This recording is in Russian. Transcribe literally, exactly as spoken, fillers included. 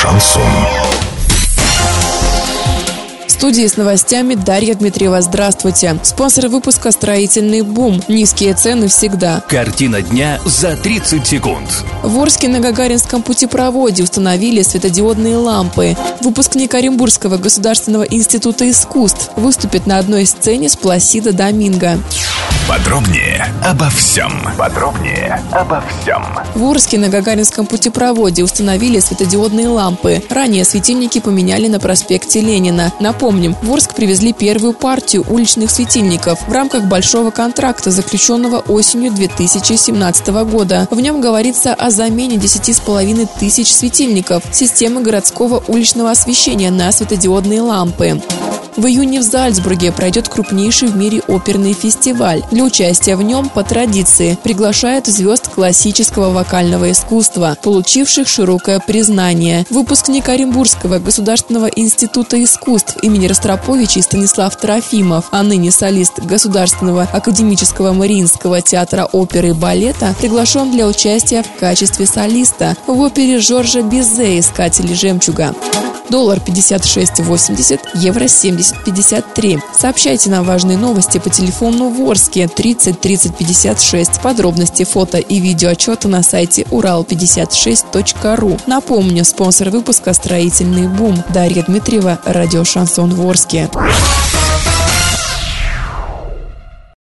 Шансон. В студии с новостями Дарья Дмитриева. Здравствуйте. Спонсор выпуска «Строительный бум». Низкие цены всегда. Картина дня за тридцать секунд. В Орске на Гагаринском путепроводе установили светодиодные лампы. Выпускник Оренбургского государственного института искусств выступит на одной сцене с Пласидо Доминго. Подробнее обо всем. Подробнее обо всем. В Орске на Гагаринском путепроводе установили светодиодные лампы. Ранее светильники поменяли на проспекте Ленина. Напомним, в Орск привезли первую партию уличных светильников в рамках большого контракта, заключенного осенью две тысячи семнадцатого года. В нем говорится о замене десяти с половиной тысяч светильников системы городского уличного освещения на светодиодные лампы. В июне в Зальцбурге пройдет крупнейший в мире оперный фестиваль. Для участия в нем, по традиции, приглашают звезд классического вокального искусства, получивших широкое признание. Выпускник Оренбургского государственного института искусств имени Ростроповича Станислав Трофимов, а ныне солист Государственного академического Мариинского театра оперы и балета, приглашен для участия в качестве солиста в опере Жоржа Бизе «Искатели жемчуга». Доллар пятьдесят шесть восемьдесят, евро семьдесят пятьдесят три. Сообщайте нам важные новости по телефону в Орске тридцать тридцать пятьдесят шесть. Подробности, фото и видеоотчеты на сайте урал пятьдесят шесть точка ру. Напомню, спонсор выпуска «Строительный бум». Дарья Дмитриева, радио «Шансон» в Орске.